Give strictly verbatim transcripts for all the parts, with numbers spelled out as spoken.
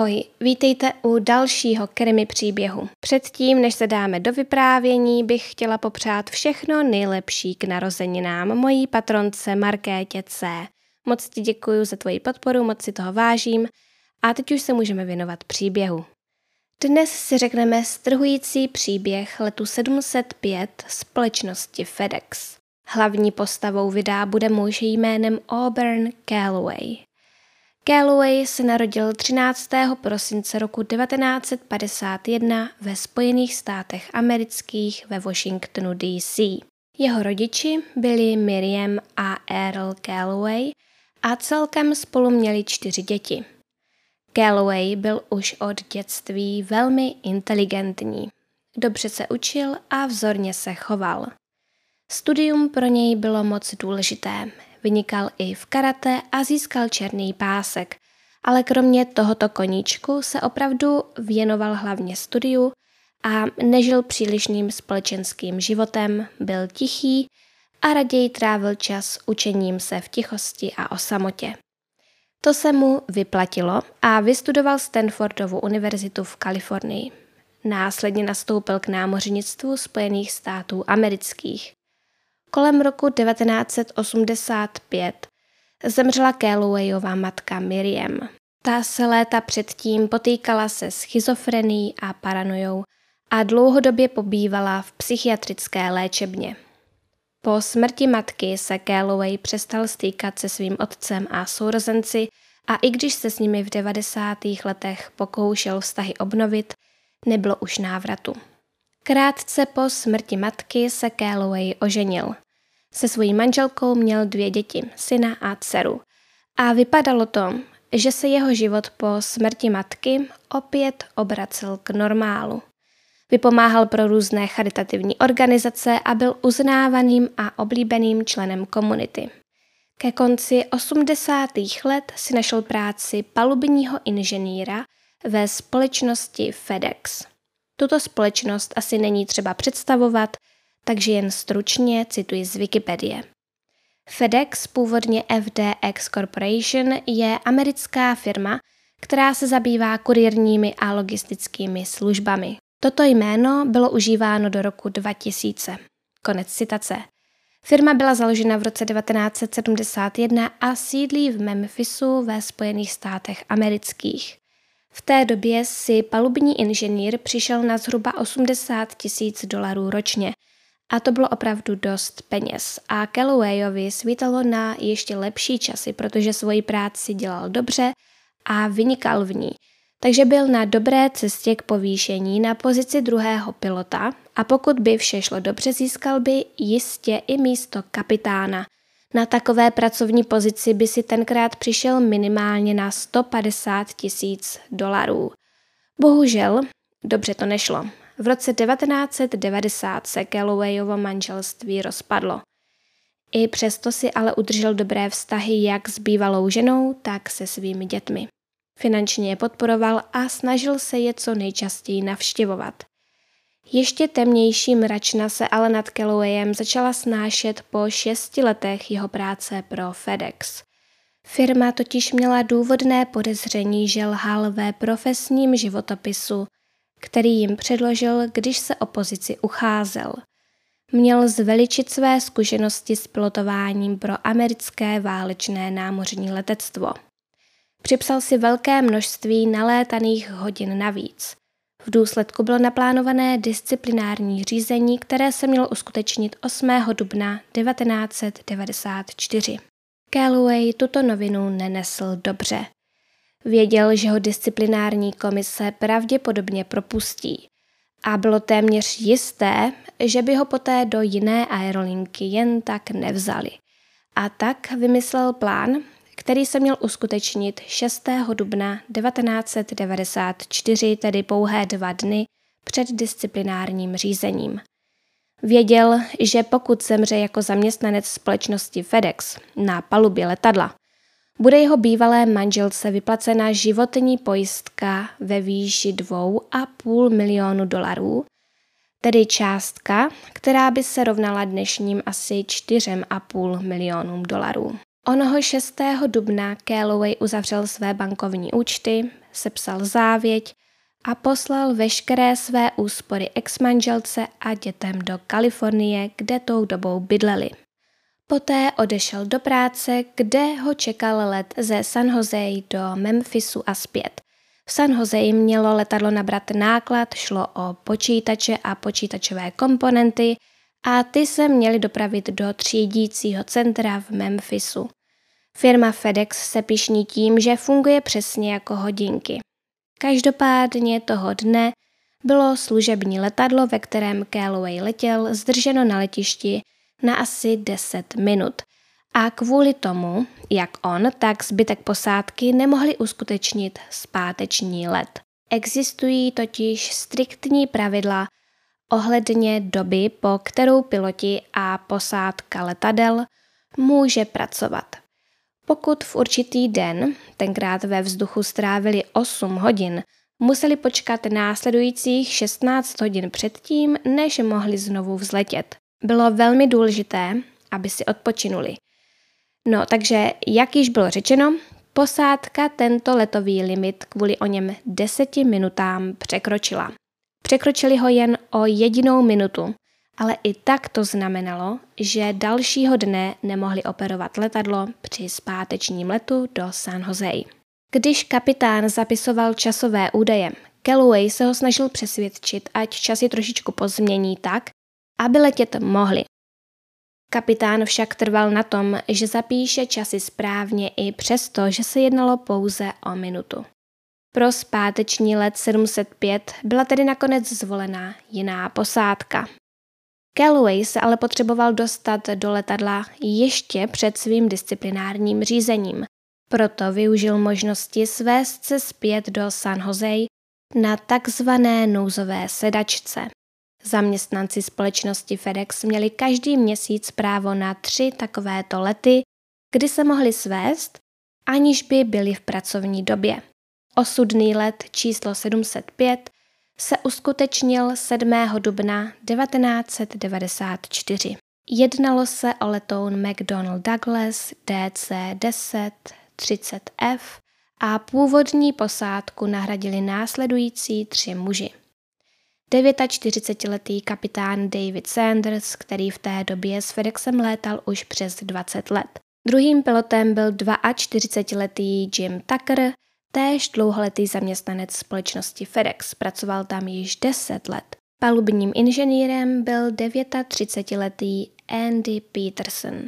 Ahoj, vítejte u dalšího krimi příběhu. Předtím, než se dáme do vyprávění, bych chtěla popřát všechno nejlepší k narozeninám mojí patronce Markétě C. Moc ti děkuju za tvoji podporu, moc si toho vážím a teď už se můžeme věnovat příběhu. Dnes si řekneme strhující příběh letu sedm set pět společnosti FedEx. Hlavní postavou videa bude muž jménem Auburn Calloway. Calloway se narodil třináctého prosince roku devatenáct set padesát jedna ve Spojených státech amerických ve Washingtonu D C Jeho rodiči byli Miriam a Earl Calloway a celkem spolu měli čtyři děti. Calloway byl už od dětství velmi inteligentní. Dobře se učil a vzorně se choval. Studium pro něj bylo moc důležité. Vynikal i v karate a získal černý pásek, ale kromě tohoto koníčku se opravdu věnoval hlavně studiu a nežil přílišným společenským životem, byl tichý a raději trávil čas učením se v tichosti a o samotě. To se mu vyplatilo a vystudoval Stanfordovu univerzitu v Kalifornii. Následně nastoupil k námořnictvu Spojených států amerických. Kolem roku devatenáct set osmdesát pět zemřela Callowayova matka Miriam. Ta se léta předtím potýkala se schizofrenií a paranojou a dlouhodobě pobývala v psychiatrické léčebně. Po smrti matky se Calloway přestal stýkat se svým otcem a sourozenci a i když se s nimi v devadesátých letech pokoušel vztahy obnovit, nebylo už návratu. Krátce po smrti matky se Calloway oženil. Se svojí manželkou měl dvě děti, syna a dceru. A vypadalo to, že se jeho život po smrti matky opět obracel k normálu. Vypomáhal pro různé charitativní organizace a byl uznávaným a oblíbeným členem komunity. Ke konci osmdesátých let si našel práci palubního inženýra ve společnosti FedEx. Tuto společnost asi není třeba představovat, takže jen stručně cituji z Wikipedie. FedEx, původně F D X Corporation, je americká firma, která se zabývá kurýrními a logistickými službami. Toto jméno bylo užíváno do roku dva tisíce. Konec citace. Firma byla založena v roce devatenáct set sedmdesát jedna a sídlí v Memphisu ve Spojených státech amerických. V té době si palubní inženýr přišel na zhruba osmdesát tisíc dolarů ročně a to bylo opravdu dost peněz a Callowayovi svítalo na ještě lepší časy, protože svoji práci dělal dobře a vynikal v ní. Takže byl na dobré cestě k povýšení na pozici druhého pilota a pokud by vše šlo dobře, získal by jistě i místo kapitána. Na takové pracovní pozici by si tenkrát přišel minimálně na sto padesát tisíc dolarů. Bohužel, dobře to nešlo. V roce devatenáct set devadesát se Callowayovo manželství rozpadlo. I přesto si ale udržel dobré vztahy jak s bývalou ženou, tak se svými dětmi. Finančně je podporoval a snažil se je co nejčastěji navštěvovat. Ještě temnější mračna se ale nad Callowayem začala snášet po šesti letech jeho práce pro FedEx. Firma totiž měla důvodné podezření, že lhal ve profesním životopisu, který jim předložil, když se o pozici ucházel. Měl zveličit své zkušenosti s pilotováním pro americké válečné námořní letectvo. Připsal si velké množství nalétaných hodin navíc. V důsledku bylo naplánované disciplinární řízení, které se mělo uskutečnit osmého dubna devatenáct set devadesát čtyři. Calloway tuto novinu nenesl dobře. Věděl, že ho disciplinární komise pravděpodobně propustí a bylo téměř jisté, že by ho poté do jiné aerolinky jen tak nevzali. A tak vymyslel plán, který se měl uskutečnit šestého dubna devatenáct set devadesát čtyři, tedy pouhé dva dny před disciplinárním řízením. Věděl, že pokud zemře jako zaměstnanec společnosti FedEx na palubě letadla, bude jeho bývalé manželce vyplacena životní pojistka ve výši dvou a půl milionu dolarů, tedy částka, která by se rovnala dnešním asi čtyřem a půl milionům dolarů. Onoho šestého dubna Calloway uzavřel své bankovní účty, sepsal závěť a poslal veškeré své úspory exmanželce a dětem do Kalifornie, kde tou dobou bydleli. Poté odešel do práce, kde ho čekal let ze San Jose do Memphisu a zpět. V San Jose mělo letadlo nabrat náklad, šlo o počítače a počítačové komponenty a ty se měly dopravit do třídícího centra v Memphisu. Firma FedEx se pyšní tím, že funguje přesně jako hodinky. Každopádně toho dne bylo služební letadlo, ve kterém Calloway letěl, zdrženo na letišti na asi deset minut. A kvůli tomu, jak on, tak zbytek posádky nemohli uskutečnit zpáteční let. Existují totiž striktní pravidla ohledně doby, po kterou piloti a posádka letadel může pracovat. Pokud v určitý den, tenkrát ve vzduchu strávili osm hodin, museli počkat následujících šestnáct hodin předtím, než mohli znovu vzletět. Bylo velmi důležité, aby si odpočinuli. No, takže, jak již bylo řečeno, posádka tento letový limit kvůli o něm deseti minutám překročila. Překročili ho jen o jedinou minutu, ale i tak to znamenalo, že dalšího dne nemohli operovat letadlo při zpátečním letu do San Jose. Když kapitán zapisoval časové údaje, Calloway se ho snažil přesvědčit, ať časy trošičku pozmění tak, aby letět mohli. Kapitán však trval na tom, že zapíše časy správně i přesto, že se jednalo pouze o minutu. Pro zpáteční let sedm set pět byla tedy nakonec zvolena jiná posádka. Calloway se ale potřeboval dostat do letadla ještě před svým disciplinárním řízením, proto využil možnosti svést se zpět do San Jose na takzvané nouzové sedačce. Zaměstnanci společnosti FedEx měli každý měsíc právo na tři takovéto lety, kdy se mohli svést, aniž by byli v pracovní době. Osudný let číslo sedm set pět se uskutečnil sedmého dubna devatenáct set devadesát čtyři. Jednalo se o letoun McDonnell Douglas D C deset třicet F a původní posádku nahradili následující tři muži. čtyřicetidevětiletý kapitán David Sanders, který v té době s FedExem létal už přes dvacet let. Druhým pilotem byl čtyřicetiletý Jim Tucker, též dlouholetý zaměstnanec společnosti FedEx, pracoval tam již deset let. Palubním inženýrem byl třicetidevětiletý Andy Peterson.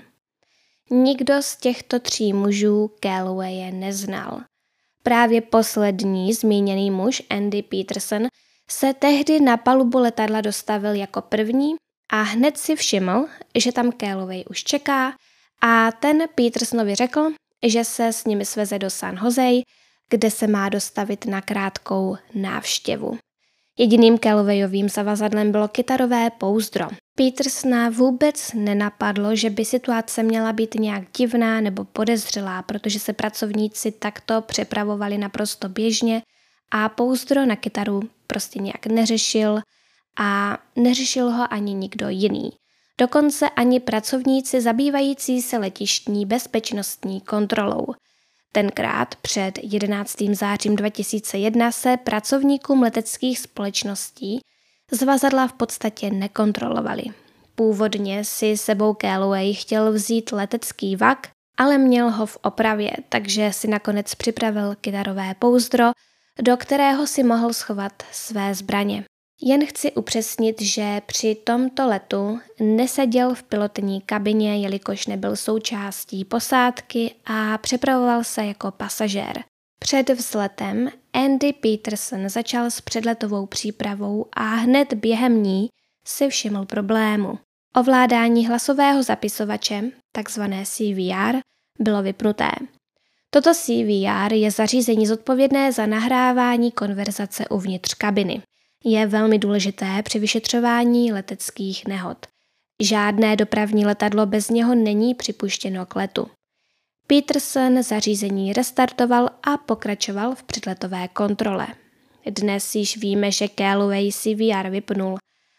Nikdo z těchto tří mužů Callowaye neznal. Právě poslední zmíněný muž Andy Peterson se tehdy na palubu letadla dostavil jako první a hned si všiml, že tam Calloway už čeká a ten Petersonovi řekl, že se s nimi sveze do San Jose, kde se má dostavit na krátkou návštěvu. Jediným Callowayovým zavazadlem bylo kytarové pouzdro. Petersona vůbec nenapadlo, že by situace měla být nějak divná nebo podezřelá, protože se pracovníci takto přepravovali naprosto běžně a pouzdro na kytaru prostě nějak neřešil a neřešil ho ani nikdo jiný. Dokonce ani pracovníci zabývající se letištní bezpečnostní kontrolou. Tenkrát před jedenáctým zářím dva tisíce jedna se pracovníkům leteckých společností zvazadla v podstatě nekontrolovali. Původně si sebou Calloway chtěl vzít letecký vak, ale měl ho v opravě, takže si nakonec připravil kytarové pouzdro, do kterého si mohl schovat své zbraně. Jen chci upřesnit, že při tomto letu neseděl v pilotní kabině, jelikož nebyl součástí posádky a přepravoval se jako pasažér. Před vzletem Andy Peterson začal s předletovou přípravou a hned během ní si všiml problému. Ovládání hlasového zapisovače, takzvané C V R, bylo vypnuté. Toto C V R je zařízení zodpovědné za nahrávání konverzace uvnitř kabiny. Je velmi důležité při vyšetřování leteckých nehod. Žádné dopravní letadlo bez něho není připuštěno k letu. Peterson zařízení restartoval a pokračoval v předletové kontrole. Dnes již víme, že Calloway C V R vypnul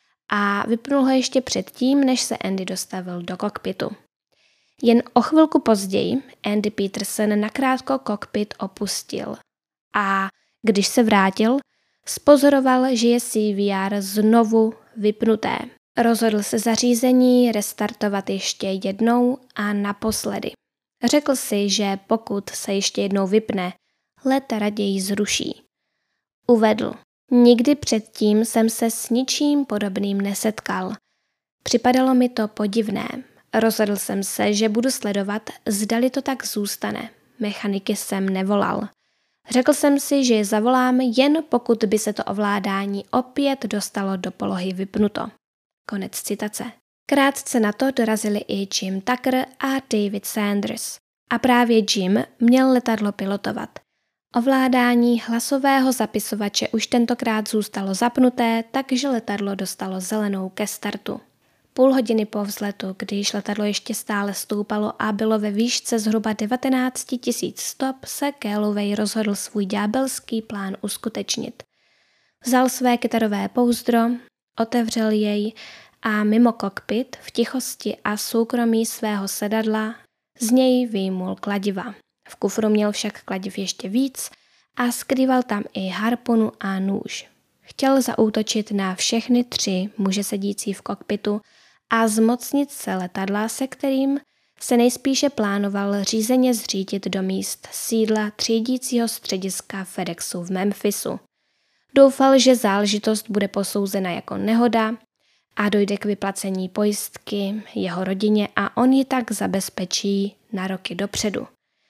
a vypnul ho ještě předtím, než se Andy dostavil do kokpitu. Jen o chvilku později Andy Peterson nakrátko kokpit opustil a Když se vrátil, spozoroval, že je C V R znovu vypnuté. Rozhodl se zařízení restartovat ještě jednou a naposledy. Řekl si, že pokud se ještě jednou vypne, let raději zruší. Uvedl: Nikdy předtím jsem se s ničím podobným nesetkal. Připadalo mi to podivné. Rozhodl jsem se, že budu sledovat, zdali to tak zůstane. Mechaniky jsem nevolal. Řekl jsem si, že je zavolám, jen pokud by se to ovládání opět dostalo do polohy vypnuto. Konec citace. Krátce na to dorazili i Jim Tucker a David Sanders. A právě Jim měl letadlo pilotovat. Ovládání hlasového zapisovače už tentokrát zůstalo zapnuté, takže letadlo dostalo zelenou ke startu. Půl hodiny po vzletu, když letadlo ještě stále stoupalo a bylo ve výšce zhruba devatenáct tisíc stop, se Calloway rozhodl svůj ďábelský plán uskutečnit. Vzal své kytarové pouzdro, otevřel jej a mimo kokpit v tichosti a soukromí svého sedadla z něj vyjmul kladiva. V kufru měl však kladiv ještě víc a skrýval tam i harpunu a nůž. Chtěl zaútočit na všechny tři muže sedící v kokpitu a zmocnit se letadla, se kterým se nejspíše plánoval řízeně zřídit do míst sídla třídícího střediska FedExu v Memphisu. Doufal, že záležitost bude posouzena jako nehoda a dojde k vyplacení pojistky jeho rodině a on ji tak zabezpečí na roky dopředu.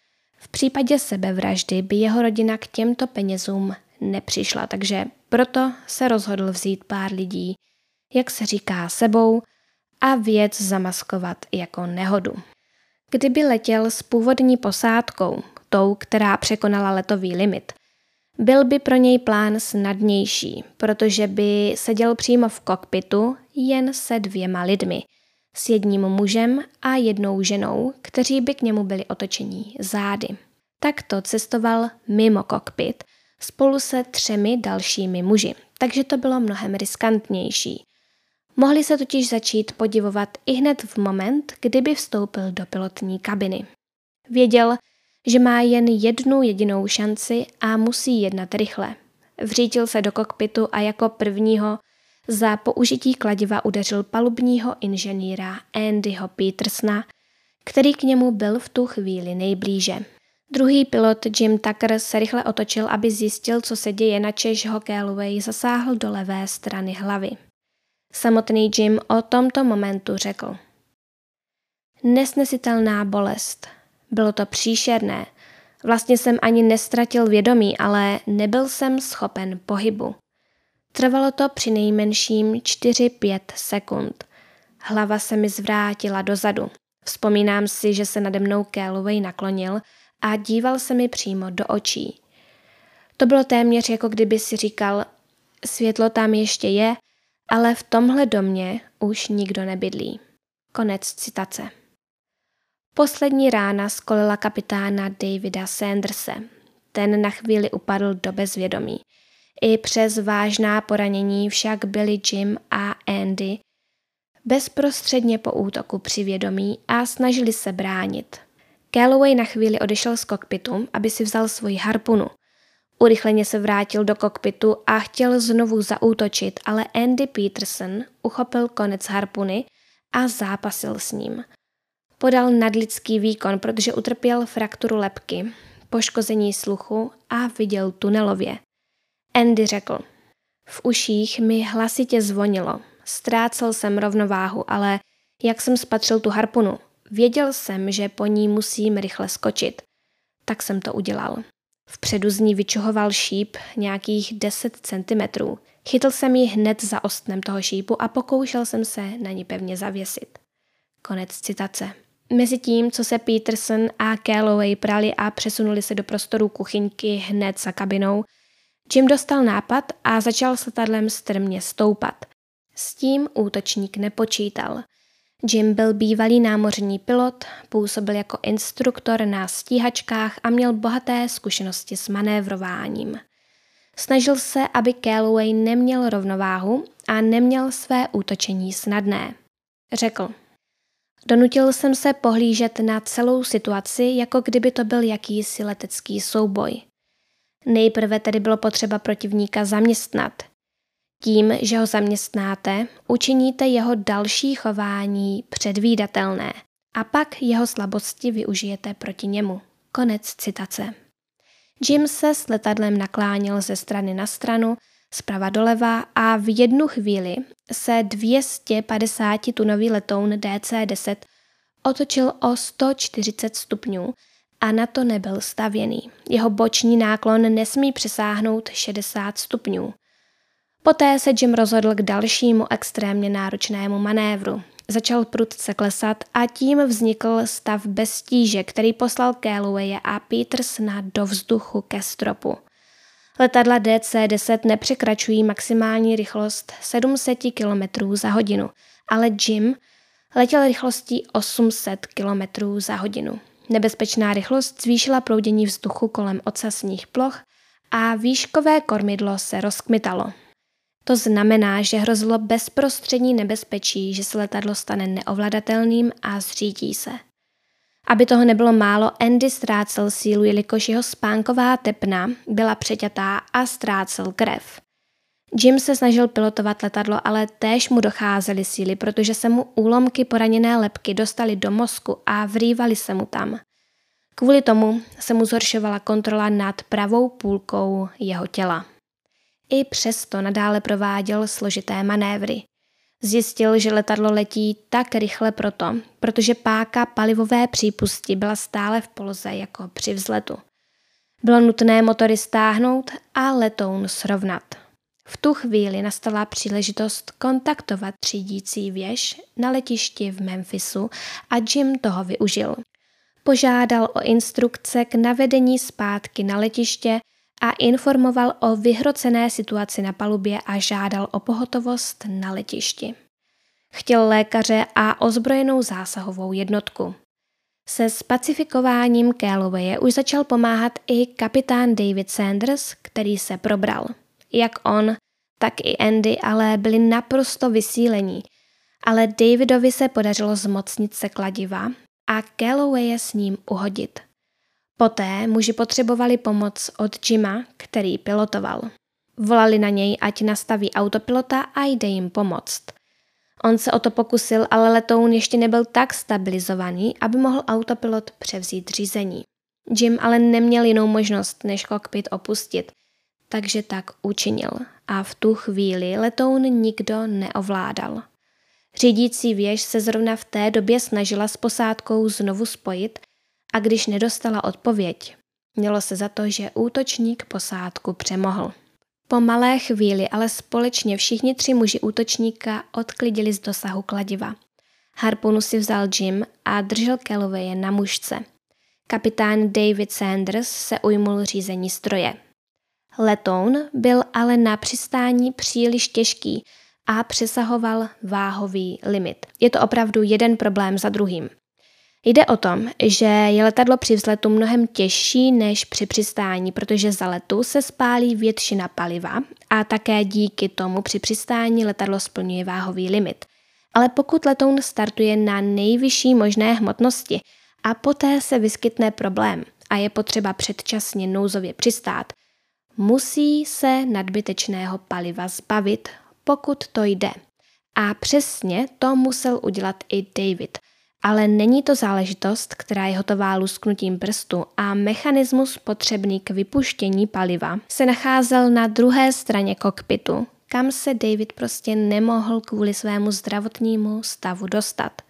V případě sebevraždy by jeho rodina k těmto penězům nepřišla, takže proto se rozhodl vzít pár lidí, jak se říká, sebou a věc zamaskovat jako nehodu. Kdyby letěl s původní posádkou, tou, která překonala letový limit, byl by pro něj plán snadnější, protože by seděl přímo v kokpitu jen se dvěma lidmi, s jedním mužem a jednou ženou, kteří by k němu byli otočení zády. Takto cestoval mimo kokpit spolu se třemi dalšími muži, takže to bylo mnohem riskantnější. Mohli se totiž začít podivovat i hned v moment, kdyby vstoupil do pilotní kabiny. Věděl, že má jen jednu jedinou šanci a musí jednat rychle. Vřítil se do kokpitu a jako prvního za použití kladiva udeřil palubního inženýra Andyho Petersona, který k němu byl v tu chvíli nejblíže. Druhý pilot Jim Tucker se rychle otočil, aby zjistil, co se děje, načež ho Calloway zasáhl do levé strany hlavy. Samotný Jim o tomto momentu řekl: Nesnesitelná bolest. Bylo to příšerné. Vlastně jsem ani nestratil vědomí, ale nebyl jsem schopen pohybu. Trvalo to přinejmenším čtyři pět sekund. Hlava se mi zvrátila dozadu. Vzpomínám si, že se nade mnou Calloway naklonil a díval se mi přímo do očí. To bylo téměř jako kdyby si říkal: světlo tam ještě je, ale v tomhle domě už nikdo nebydlí. Konec citace. Poslední rána skolila kapitána Davida Sanderse. Ten na chvíli upadl do bezvědomí. I přes vážná poranění však byli Jim a Andy bezprostředně po útoku při vědomí a snažili se bránit. Calloway na chvíli odešel z kokpitu, aby si vzal svoji harpunu. Urychleně se vrátil do kokpitu a chtěl znovu zaútočit, ale Andy Peterson uchopil konec harpuny a zápasil s ním. Podal nadlidský výkon, protože utrpěl frakturu lebky, poškození sluchu a viděl tunelově. Andy řekl: v uších mi hlasitě zvonilo. Ztrácel jsem rovnováhu, ale jak jsem spatřil tu harpunu, věděl jsem, že po ní musím rychle skočit. Tak jsem to udělal. Vpředu z ní vyčuhoval šíp nějakých deset centimetrů. Chytl jsem ji hned za ostnem toho šípu a pokoušel jsem se na ní pevně zavěsit. Konec citace. Mezitím, co se Peterson a Calloway prali a přesunuli se do prostoru kuchyňky hned za kabinou, Jim dostal nápad a začal s letadlem strmě stoupat. S tím útočník nepočítal. Jim byl bývalý námořní pilot, působil jako instruktor na stíhačkách a měl bohaté zkušenosti s manévrováním. Snažil se, aby Calloway neměl rovnováhu a neměl své útočení snadné. Řekl: donutil jsem se pohlížet na celou situaci, jako kdyby to byl jakýsi letecký souboj. Nejprve tedy bylo potřeba protivníka zaměstnat. Tím, že ho zaměstnáte, učiníte jeho další chování předvídatelné a pak jeho slabosti využijete proti němu. Konec citace. Jim se s letadlem nakláněl ze strany na stranu, zprava doleva a v jednu chvíli se dvě stě padesát tunový letoun D C deset otočil o sto čtyřicet stupňů a na to nebyl stavěný. Jeho boční náklon nesmí přesáhnout šedesát stupňů. Poté se Jim rozhodl k dalšímu extrémně náročnému manévru. Začal prudce klesat a tím vznikl stav bez tíže, který poslal Callowaye a Petersona do vzduchu ke stropu. Letadla D C deset nepřekračují maximální rychlost sedm set kilometrů za hodinu, ale Jim letěl rychlostí osm set kilometrů za hodinu. Nebezpečná rychlost zvýšila proudění vzduchu kolem ocasních ploch a výškové kormidlo se rozkmitalo. To znamená, že hrozilo bezprostřední nebezpečí, že se letadlo stane neovladatelným a zřítí se. Aby toho nebylo málo, Andy ztrácel sílu, jelikož jeho spánková tepna byla přeťatá a ztrácel krev. Jim se snažil pilotovat letadlo, ale též mu docházely síly, protože se mu úlomky poraněné lebky dostaly do mozku a vrývaly se mu tam. Kvůli tomu se mu zhoršovala kontrola nad pravou půlkou jeho těla. I přesto nadále prováděl složité manévry. Zjistil, že letadlo letí tak rychle proto, protože páka palivové přípusti byla stále v poloze jako při vzletu. Bylo nutné motory stáhnout a letoun srovnat. V tu chvíli nastala příležitost kontaktovat třídící věž na letišti v Memphisu a Jim toho využil. Požádal o instrukce k navedení zpátky na letiště a informoval o vyhrocené situaci na palubě a žádal o pohotovost na letišti. Chtěl lékaře a ozbrojenou zásahovou jednotku. Se spacifikováním Callowaye už začal pomáhat i kapitán David Sanders, který se probral. Jak on, tak i Andy ale byli naprosto vysílení, ale Davidovi se podařilo zmocnit se kladiva a Callowaye s ním uhodit. Poté muži potřebovali pomoc od Jima, který pilotoval. Volali na něj, ať nastaví autopilota a jde jim pomoct. On se o to pokusil, ale letoun ještě nebyl tak stabilizovaný, aby mohl autopilot převzít řízení. Jim ale neměl jinou možnost, než kokpit opustit, takže tak učinil a v tu chvíli letoun nikdo neovládal. Řídící věž se zrovna v té době snažila s posádkou znovu spojit a když nedostala odpověď, mělo se za to, že útočník posádku přemohl. Po malé chvíli ale společně všichni tři muži útočníka odklidili z dosahu kladiva. Harpunu si vzal Jim a držel Callowaye na mužce. Kapitán David Sanders se ujmul řízení stroje. Letoun byl ale na přistání příliš těžký a přesahoval váhový limit. Je to opravdu jeden problém za druhým. Jde o tom, že je letadlo při vzletu mnohem těžší než při přistání, protože za letu se spálí většina paliva a také díky tomu při přistání letadlo splňuje váhový limit. Ale pokud letoun startuje na nejvyšší možné hmotnosti a poté se vyskytne problém a je potřeba předčasně nouzově přistát, musí se nadbytečného paliva zbavit, pokud to jde. A přesně to musel udělat i David. Ale není to záležitost, která je hotová lusknutím prstu a mechanismus potřebný k vypuštění paliva se nacházel na druhé straně kokpitu, kam se David prostě nemohl kvůli svému zdravotnímu stavu dostat.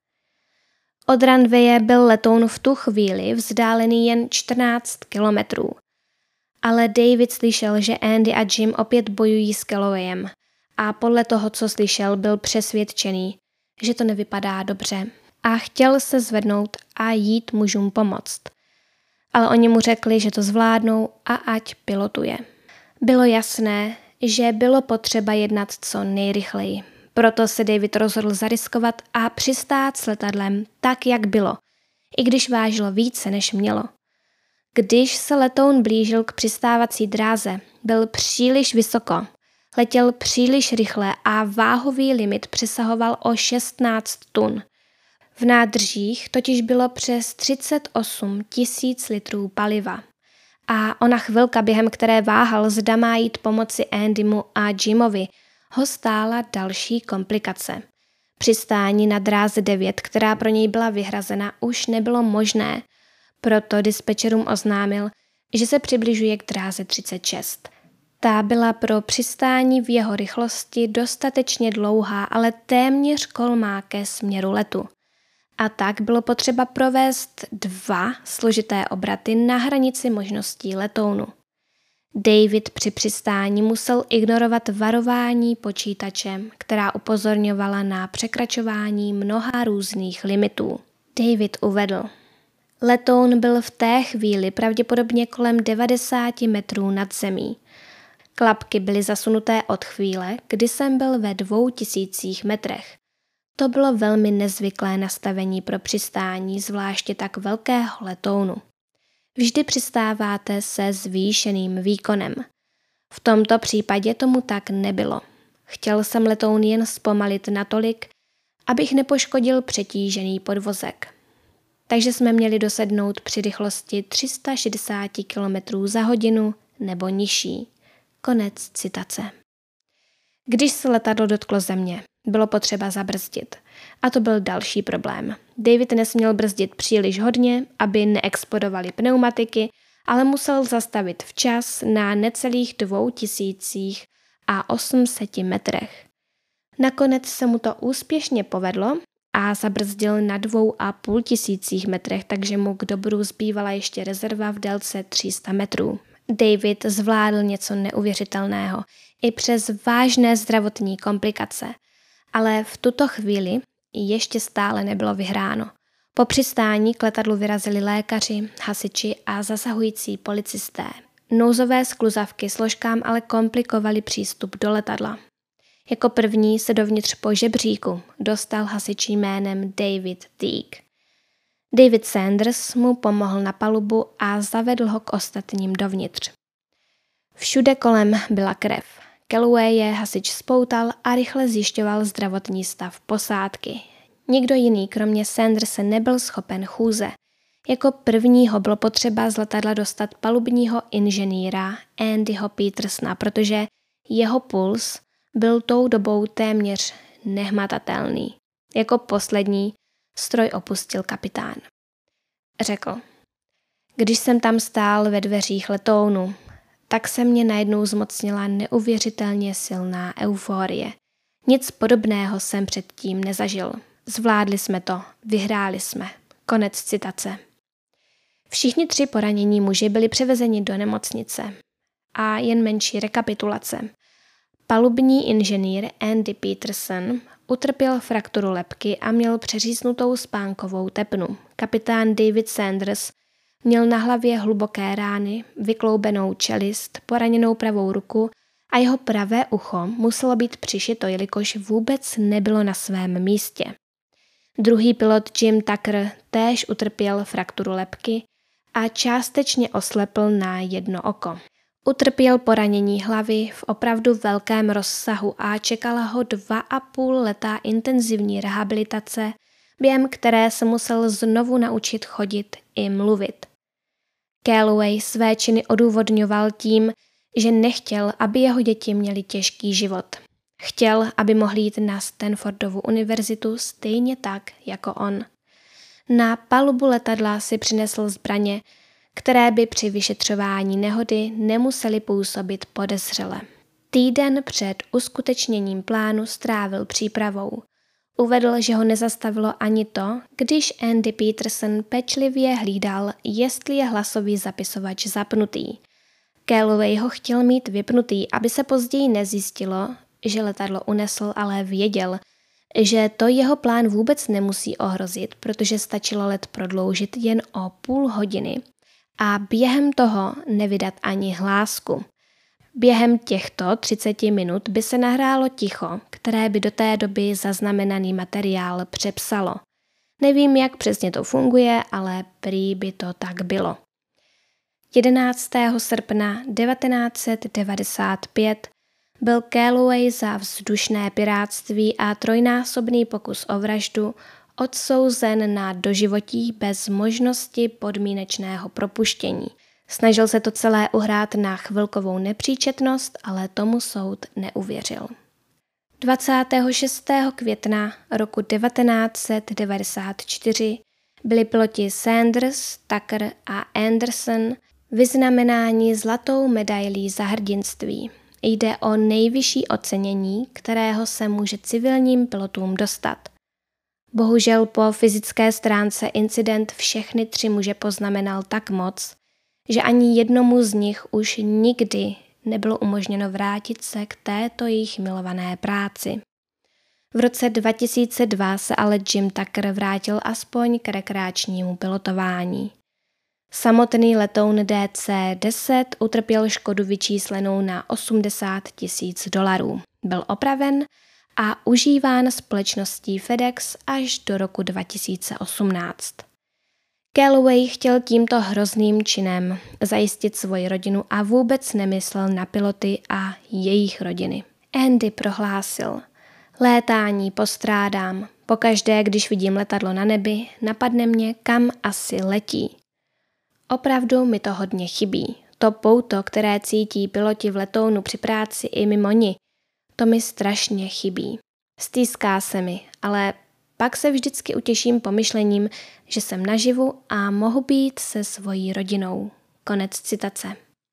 Od runwaye byl letoun v tu chvíli vzdálený jen čtrnáct kilometrů. Ale David slyšel, že Andy a Jim opět bojují s Callowayem a podle toho, co slyšel, byl přesvědčený, že to nevypadá dobře. A chtěl se zvednout a jít mužům pomoct. Ale oni mu řekli, že to zvládnou a ať pilotuje. Bylo jasné, že bylo potřeba jednat co nejrychleji. Proto se David rozhodl zariskovat a přistát s letadlem tak, jak bylo, i když vážilo více, než mělo. Když se letoun blížil k přistávací dráze, byl příliš vysoko, letěl příliš rychle a váhový limit přesahoval o šestnáct tun. V nádržích totiž bylo přes třicet osm tisíc litrů paliva A ona chvilka, během které váhal, zda má jít pomoci Andymu a Jimovi, ho stála další komplikace. Přistání na dráze devět, která pro něj byla vyhrazena, už nebylo možné, proto dispečerům oznámil, že se přibližuje k dráze třicet šest. Ta byla pro přistání v jeho rychlosti dostatečně dlouhá, ale téměř kolmá ke směru letu. A tak bylo potřeba provést dva složité obraty na hranici možností letounu. David při přistání musel ignorovat varování počítače, která upozorňovala na překračování mnoha různých limitů. David uvedl: Letoun byl v té chvíli pravděpodobně kolem devadesát metrů nad zemí. Klapky byly zasunuté od chvíle, kdy jsem byl ve dvou tisících metrech. To bylo velmi nezvyklé nastavení pro přistání, zvláště tak velkého letounu. Vždy přistáváte se zvýšeným výkonem. V tomto případě tomu tak nebylo. Chtěl jsem letoun jen zpomalit natolik, abych nepoškodil přetížený podvozek. Takže jsme měli dosednout při rychlosti tři sta šedesát kilometrů za hodinu nebo nižší. Konec citace. Když se letadlo dotklo země, bylo potřeba zabrzdit. A to byl další problém. David nesměl brzdit příliš hodně, aby neexplodovaly pneumatiky, ale musel zastavit včas na necelých dvou tisících a osmseti metrech. Nakonec se mu to úspěšně povedlo a zabrzdil na dvou a půl tisících metrech, takže mu k dobru zbývala ještě rezerva v délce tři sta metrů. David zvládl něco neuvěřitelného, i přes vážné zdravotní komplikace. Ale v tuto chvíli ještě stále nebylo vyhráno. Po přistání k letadlu vyrazili lékaři, hasiči a zasahující policisté. Nouzové skluzavky složkám ale komplikovaly přístup do letadla. Jako první se dovnitř po žebříku dostal hasič jménem David Teague. David Sanders mu pomohl na palubu a zavedl ho k ostatním dovnitř. Všude kolem byla krev. Calloway je hasič spoutal a rychle zjišťoval zdravotní stav posádky. Nikdo jiný kromě Sanderse nebyl schopen chůze. Jako prvního bylo potřeba z letadla dostat palubního inženýra Andyho Petersona, protože jeho puls byl tou dobou téměř nehmatatelný. Jako poslední stroj opustil kapitán. Řekl: Když jsem tam stál ve dveřích letounu, tak se mě najednou zmocnila neuvěřitelně silná euforie. Nic podobného jsem předtím nezažil. Zvládli jsme to, vyhráli jsme. Konec citace. Všichni tři poranění muži byli převezeni do nemocnice. A jen menší rekapitulace. Palubní inženýr Andy Peterson utrpěl frakturu lebky a měl přeříznutou spánkovou tepnu. Kapitán David Sanders měl na hlavě hluboké rány, vykloubenou čelist, poraněnou pravou ruku a jeho pravé ucho muselo být přišito, jelikož vůbec nebylo na svém místě. Druhý pilot Jim Tucker též utrpěl frakturu lebky a částečně oslepl na jedno oko. Utrpěl poranění hlavy v opravdu velkém rozsahu a čekala ho dva a půl letá intenzivní rehabilitace, během které se musel znovu naučit chodit i mluvit. Calloway své činy odůvodňoval tím, že nechtěl, aby jeho děti měly těžký život. Chtěl, aby mohli jít na Stanfordovu univerzitu stejně tak, jako on. Na palubu letadla si přinesl zbraně, které by při vyšetřování nehody nemusely působit podezřele. Týden před uskutečněním plánu strávil přípravou. Uvedl, že ho nezastavilo ani to, když Andy Peterson pečlivě hlídal, jestli je hlasový zapisovač zapnutý. Calloway ho chtěl mít vypnutý, aby se později nezjistilo, že letadlo unesl, ale věděl, že to jeho plán vůbec nemusí ohrozit, protože stačilo let prodloužit jen o půl hodiny a během toho nevydat ani hlásku. Během těchto třiceti minut by se nahrálo ticho, které by do té doby zaznamenaný materiál přepsalo. Nevím, jak přesně to funguje, ale prý by to tak bylo. jedenáctého srpna devatenáct set devadesát pět byl Calloway za vzdušné pirátství a trojnásobný pokus o vraždu odsouzen na doživotí bez možnosti podmínečného propuštění. Snažil se to celé uhrát na chvilkovou nepříčetnost, ale tomu soud neuvěřil. dvacátého šestého května roku devatenáct set devadesát čtyři byli piloti Sanders, Tucker a Anderson vyznamenáni zlatou medailí za hrdinství. Jde o nejvyšší ocenění, kterého se může civilním pilotům dostat. Bohužel po fyzické stránce incident všechny tři muže poznamenal tak moc, že ani jednomu z nich už nikdy nebylo umožněno vrátit se k této jejich milované práci. V roce dva tisíce dva se ale Jim Tucker vrátil aspoň k rekreačnímu pilotování. Samotný letoun D C deset utrpěl škodu vyčíslenou na osmdesát tisíc dolarů. Byl opraven a užíván společností FedEx až do roku dva tisíce osmnáct. Calloway chtěl tímto hrozným činem zajistit svoji rodinu a vůbec nemyslel na piloty a jejich rodiny. Andy prohlásil: létání postrádám. Pokaždé, když vidím letadlo na nebi, napadne mě, kam asi letí. Opravdu mi to hodně chybí. To pouto, které cítí piloti v letounu při práci i mimo ni, to mi strašně chybí. Stýská se mi, ale pak se vždycky utěším pomyšlením, že jsem naživu a mohu být se svojí rodinou. Konec citace.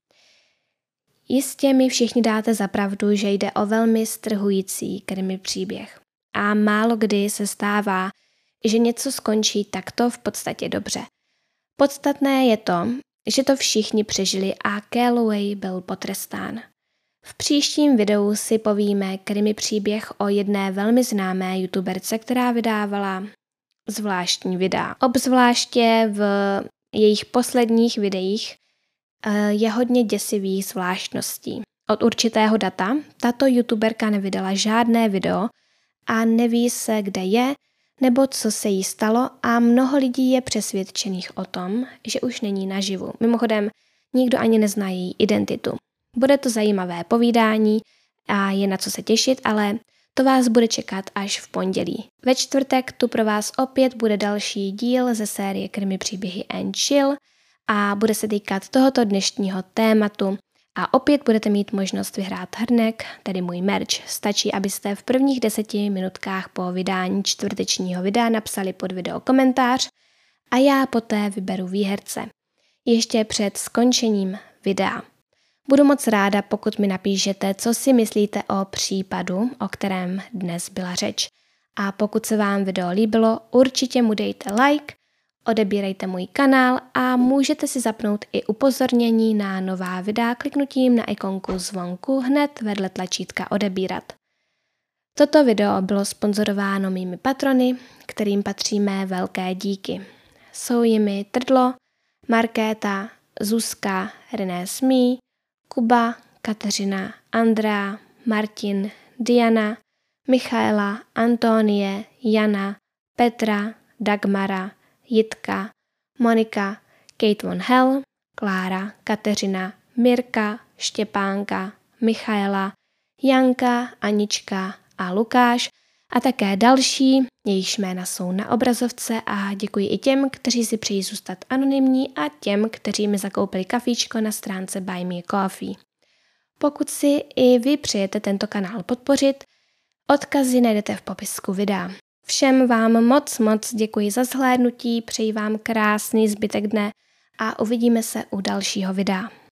Jistě mi všichni dáte za pravdu, že jde o velmi strhující krimi příběh. A málo kdy se stává, že něco skončí takto v podstatě dobře. Podstatné je to, že to všichni přežili a Calloway byl potrestán. V příštím videu si povíme krimi příběh o jedné velmi známé youtuberce, která vydávala zvláštní videa. Obzvláště v jejich posledních videích je hodně děsivých zvláštností. Od určitého data tato youtuberka nevydala žádné video a neví se, kde je nebo co se jí stalo a mnoho lidí je přesvědčených o tom, že už není naživu. Mimochodem, nikdo ani nezná její identitu. Bude to zajímavé povídání a je na co se těšit, ale to vás bude čekat až v pondělí. Ve čtvrtek tu pro vás opět bude další díl ze série Krimi příběhy and Chill a bude se týkat tohoto dnešního tématu a opět budete mít možnost vyhrát hrnek, tedy můj merch. Stačí, abyste v prvních deseti minutkách po vydání čtvrtečního videa napsali pod video komentář a já poté vyberu výherce. Ještě před skončením videa. Budu moc ráda, pokud mi napíšete, co si myslíte o případu, o kterém dnes byla řeč. A pokud se vám video líbilo, určitě mu dejte like, odebírejte můj kanál a můžete si zapnout i upozornění na nová videa kliknutím na ikonku zvonku hned vedle tlačítka odebírat. Toto video bylo sponzorováno mými patrony, kterým patří mé velké díky. Jsou jimi Trdlo, Markéta, Zuzka, René Smí, Kuba, Kateřina, Andrea, Martin, Diana, Michaela, Antonie, Jana, Petra, Dagmara, Jitka, Monika, Kate von Hell, Klára, Kateřina, Mirka, Štěpánka, Michaela, Janka, Anička a Lukáš a také další, jejichž jména jsou na obrazovce a děkuji i těm, kteří si přejí zůstat anonymní a těm, kteří mi zakoupili kafíčko na stránce Buy Me Coffee. Pokud si i vy přejete tento kanál podpořit, odkazy najdete v popisku videa. Všem vám moc moc děkuji za zhlédnutí, přeji vám krásný zbytek dne a uvidíme se u dalšího videa.